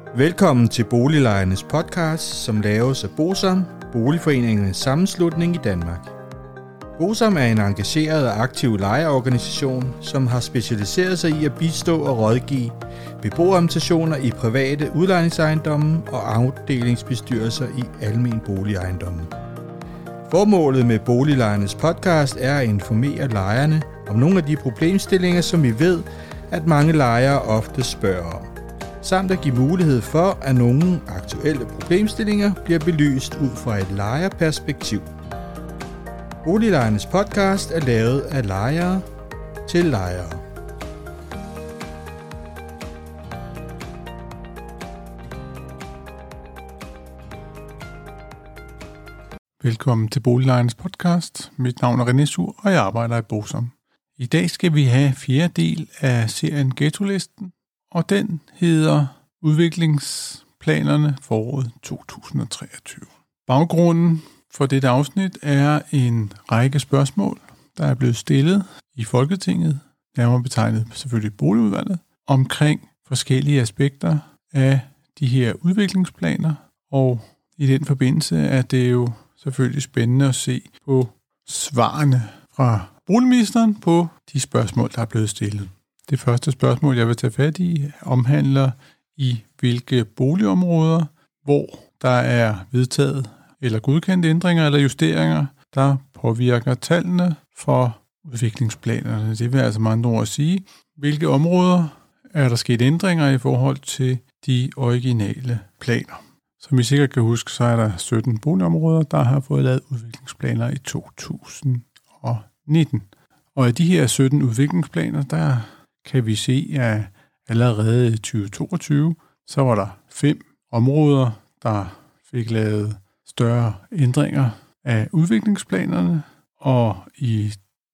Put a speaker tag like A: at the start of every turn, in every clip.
A: Velkommen til Boliglejernes podcast, som laves af BOSAM, Boligforeningernes Sammenslutning i Danmark. BOSAM er en engageret og aktiv lejerorganisation, som har specialiseret sig i at bistå og rådgive beboerrepræsentationer i private udlejningsejendomme og afdelingsbestyrelser i almen boligejendomme. Formålet med Boliglejernes podcast er at informere lejerne om nogle af de problemstillinger, som vi ved, at mange lejere ofte spørger om, samt at give mulighed for, at nogle aktuelle problemstillinger bliver belyst ud fra et lejerperspektiv. Boliglejernes podcast er lavet af lejere til lejere.
B: Velkommen til Boliglejernes podcast. Mit navn er René Sur, og jeg arbejder i BOSAM. I dag skal vi have fjerde del af serien Ghettolisten, og den hedder Udviklingsplanerne foråret 2023. Baggrunden for dette afsnit er en række spørgsmål, der er blevet stillet i Folketinget, nærmere betegnet selvfølgelig Boligudvalget, omkring forskellige aspekter af de her udviklingsplaner, og i den forbindelse er det jo selvfølgelig spændende at se på svarene fra boligministeren på de spørgsmål, der er blevet stillet. Det første spørgsmål, jeg vil tage fat i, omhandler i hvilke boligområder, hvor der er vedtaget eller godkendt ændringer eller justeringer, der påvirker tallene for udviklingsplanerne. Det vil altså med andre ord sige, hvilke områder er der sket ændringer i forhold til de originale planer. Som I sikkert kan huske, så er der 17 boligområder, der har fået lavet udviklingsplaner i 2019. Og af de her 17 udviklingsplaner, der kan vi se, at allerede i 2022, så var der 5 områder, der fik lavet større ændringer af udviklingsplanerne. Og i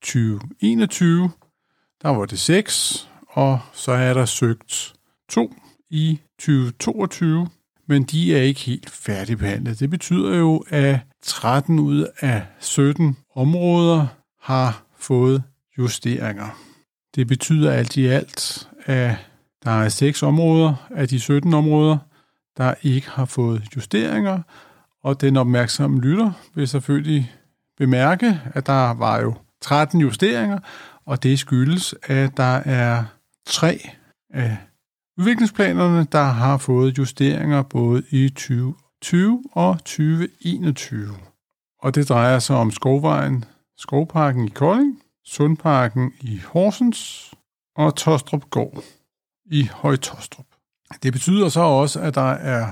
B: 2021, der var det 6, og så er der søgt 2 i 2022, men de er ikke helt færdigbehandlet. Det betyder jo, at 13 ud af 17 områder har fået justeringer. Det betyder alt i alt, at der er 6 områder af de 17 områder, der ikke har fået justeringer, og den opmærksomme lytter vil selvfølgelig bemærke, at der var jo 13 justeringer, og det skyldes, at der er 3 af udviklingsplanerne, der har fået justeringer både i 2020 og 2021. Og det drejer sig om Skovvejen, Skovparken i Kolding, Sundparken i Horsens og Tostrup Gård i Høje-Taastrup. Det betyder så også, at der er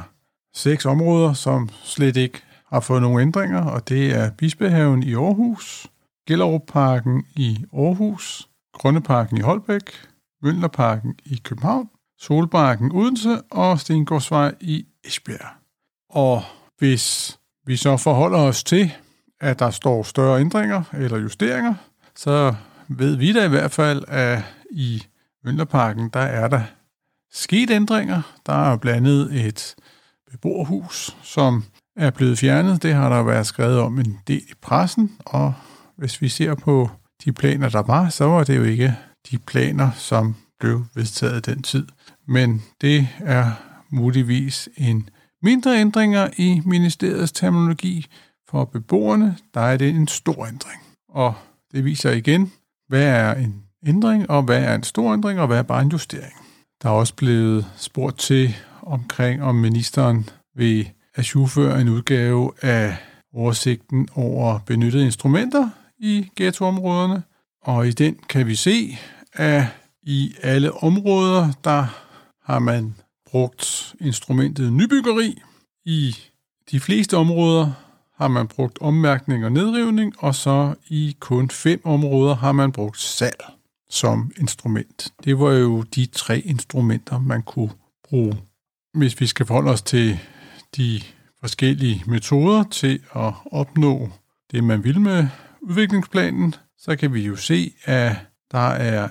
B: 6 områder, som slet ikke har fået nogen ændringer, og det er Bispehaven i Aarhus, Gellerupparken i Aarhus, Grønneparken i Holbæk, Mønterparken i København, Solbakken Odense og Stengårdsvej i Esbjerg. Og hvis vi så forholder os til, at der står større ændringer eller justeringer, så ved vi da i hvert fald, at i Mønterparken, der er der sket ændringer. Der er blandet et beboerhus, som er blevet fjernet. Det har der været skrevet om en del i pressen, og hvis vi ser på de planer, der var, så var det jo ikke de planer, som blev vedtaget den tid. Men det er muligvis en mindre ændringer i ministeriets terminologi. For beboerne, der er det en stor ændring. Og det viser igen, hvad er en ændring, og hvad er en stor ændring, og hvad er bare en justering. Der er også blevet spurgt til omkring, om ministeren vil ajourføre en udgave af oversigten over benyttede instrumenter i ghettoområderne. Og i den kan vi se, at i alle områder, der har man brugt instrumentet nybyggeri. I de fleste områder har man brugt ommærkning og nedrivning, og så i kun 5 områder har man brugt salg som instrument. Det var jo de 3 instrumenter, man kunne bruge. Hvis vi skal forholde os til de forskellige metoder til at opnå det, man vil med udviklingsplanen, så kan vi jo se, at der er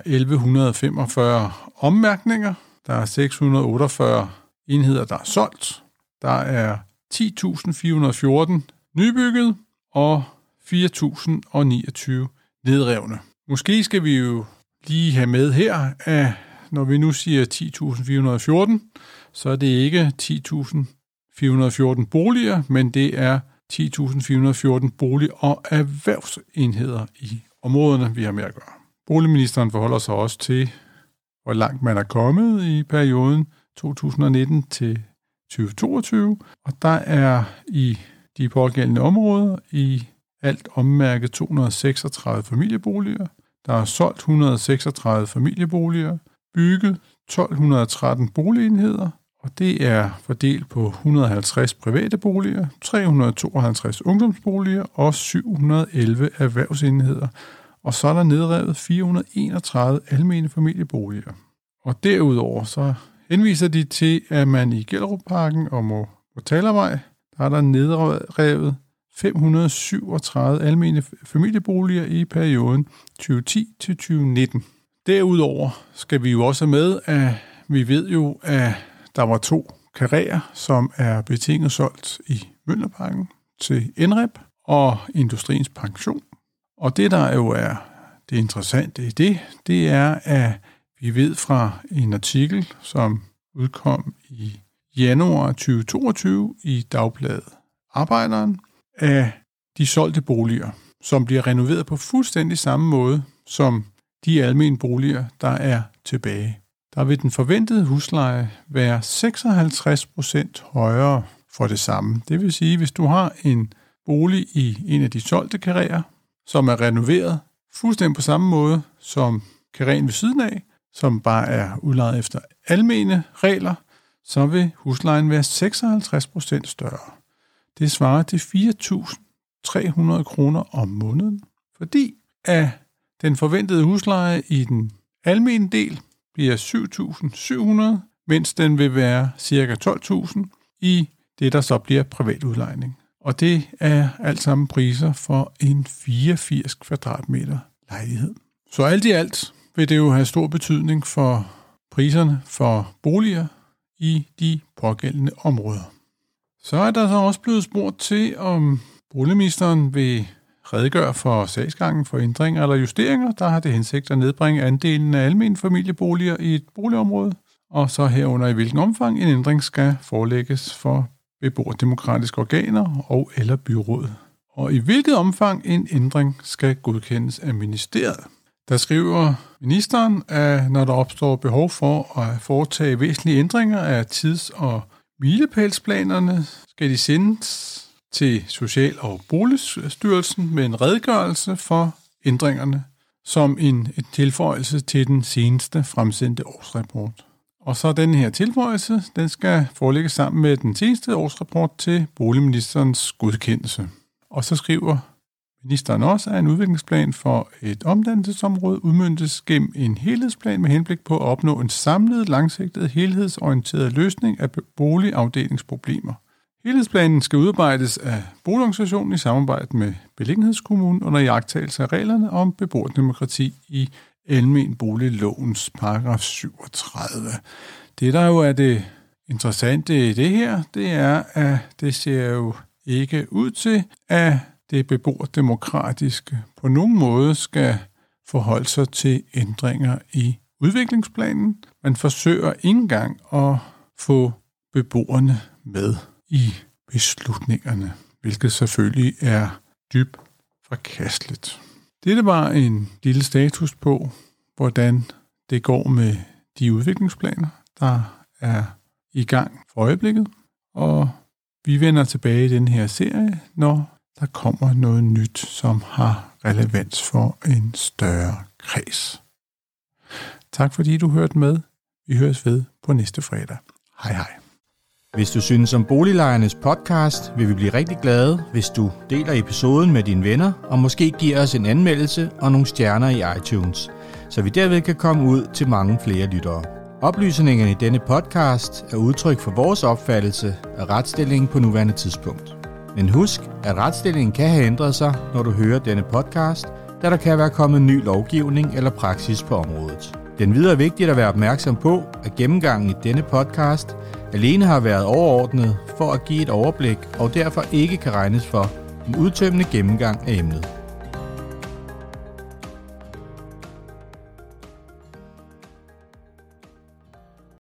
B: 1145 ommærkninger, der er 648 enheder, der er solgt, der er 10.414 nybygget og 4.029 nedrevne. Måske skal vi jo lige have med her, at når vi nu siger 10.414, så er det ikke 10.414 boliger, men det er 10.414 bolig- og erhvervsenheder i områderne, vi har med at gøre. Boligministeren forholder sig også til, hvor langt man er kommet i perioden 2019 til 2022, og der er i de pågældende områder i alt ommærket 236 familieboliger. Der er solgt 136 familieboliger, bygget 1213 boligenheder, og det er fordelt på 150 private boliger, 352 ungdomsboliger og 711 erhvervsenheder. Og så er der nedrevet 431 almene familieboliger. Og derudover så henviser de til, at man i Gellerupparken og Motalavej, der er der nedrevet 537 almene familieboliger i perioden 2010 til 2019. Derudover skal vi jo også med, at vi ved jo, at der var 2 karréer, som er betinget solgt i Mjølnerparken til NREP og Industriens Pension. Og det, der jo er det interessante i det er, at vi ved fra en artikel, som udkom i januar 2022 i Dagbladet Arbejderen, af de solgte boliger, som bliver renoveret på fuldstændig samme måde som de almene boliger, der er tilbage. Der vil den forventede husleje være 56% højere for det samme. Det vil sige, hvis du har en bolig i en af de solgte karréer, som er renoveret fuldstændig på samme måde som karréen ved siden af, som bare er udlejet efter almene regler, så vil huslejen være 56% større. Det svarer til 4.300 kroner om måneden, fordi at den forventede husleje i den almene del bliver 7.700, mens den vil være ca. 12.000 i det, der så bliver privat udlejning. Og det er alt sammen priser for en 84 kvadratmeter lejlighed. Så alt i alt vil det jo have stor betydning for priserne for boliger i de pågældende områder. Så er der så også blevet spurgt til, om boligministeren vil redegøre for sagsgangen for ændringer eller justeringer, der har det hensigt at nedbringe andelen af almene familieboliger i et boligområde, og så herunder i hvilken omfang en ændring skal forelægges for beboerdemokratiske organer og eller byråd, og i hvilket omfang en ændring skal godkendes af ministeriet. Der skriver ministeren, at når der opstår behov for at foretage væsentlige ændringer af tids- og milepælsplanerne, skal de sendes til Social- og Boligstyrelsen med en redegørelse for ændringerne som en tilføjelse til den seneste fremsendte årsrapport. Og så den her tilføjelse, den skal forelægges sammen med den seneste årsrapport til boligministerens godkendelse. Og så skriver ministeren også, at en udviklingsplan for et omdannelsesområde udmøntes gennem en helhedsplan med henblik på at opnå en samlet, langsigtet, helhedsorienteret løsning af boligafdelingsproblemer. Helhedsplanen skal udarbejdes af boligorganisationen i samarbejde med beliggenhedskommunen under iagttagelse af reglerne om beboerdemokrati i almenboliglovens paragraf 37. Det, der jo er det interessante i det her, det er, at det ser jo ikke ud til, at det beboerdemokratiske på nogen måde skal forholde sig til ændringer i udviklingsplanen. Man forsøger ikke engang at få beboerne med i beslutningerne, hvilket selvfølgelig er dybt forkasteligt. Dette var en lille status på, hvordan det går med de udviklingsplaner, der er i gang for øjeblikket, og vi vender tilbage i den her serie, når der kommer noget nyt, som har relevans for en større kreds. Tak fordi du hørte med. Vi høres ved på næste fredag. Hej hej.
A: Hvis du synes om Boliglejernes podcast, vil vi blive rigtig glade, hvis du deler episoden med dine venner, og måske giver os en anmeldelse og nogle stjerner i iTunes, så vi derved kan komme ud til mange flere lyttere. Oplysningerne i denne podcast er udtryk for vores opfattelse af retsstillingen på nuværende tidspunkt. Men husk, at retsstillingen kan have ændret sig, når du hører denne podcast, da der kan være kommet ny lovgivning eller praksis på området. Den videre er vigtigt at være opmærksom på, at gennemgangen i denne podcast alene har været overordnet for at give et overblik og derfor ikke kan regnes for en udtømmende gennemgang af emnet.